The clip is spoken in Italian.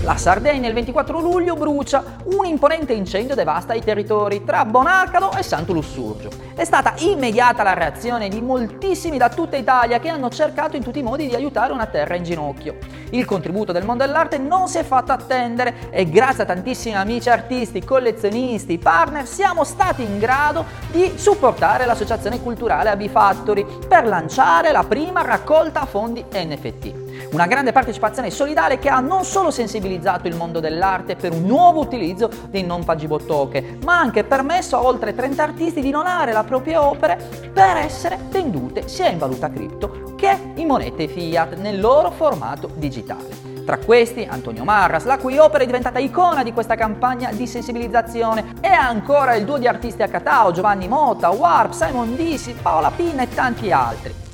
La Sardegna il 24 luglio brucia, un imponente incendio devasta i territori tra Bonarcado e Santo Lussurgio. È stata immediata la reazione di moltissimi da tutta Italia che hanno cercato in tutti i modi di aiutare una terra in ginocchio. Il contributo del mondo dell'arte non si è fatto attendere e grazie a tantissimi amici artisti, collezionisti, partner siamo stati in grado di supportare l'associazione culturale Abifactory per lanciare la prima raccolta fondi NFT. Una grande partecipazione solidale che ha non solo sensibilizzato il mondo dell'arte per un nuovo utilizzo dei non fungible token, ma anche permesso a oltre 30 artisti di donare le proprie opere per essere vendute sia in valuta cripto che in monete fiat nel loro formato digitale. Tra questi Antonio Marras, la cui opera è diventata icona di questa campagna di sensibilizzazione, e ancora il duo di artisti a Catao, Giovanni Motta, Warp, Simon Disi, Paola Pinna e tanti altri.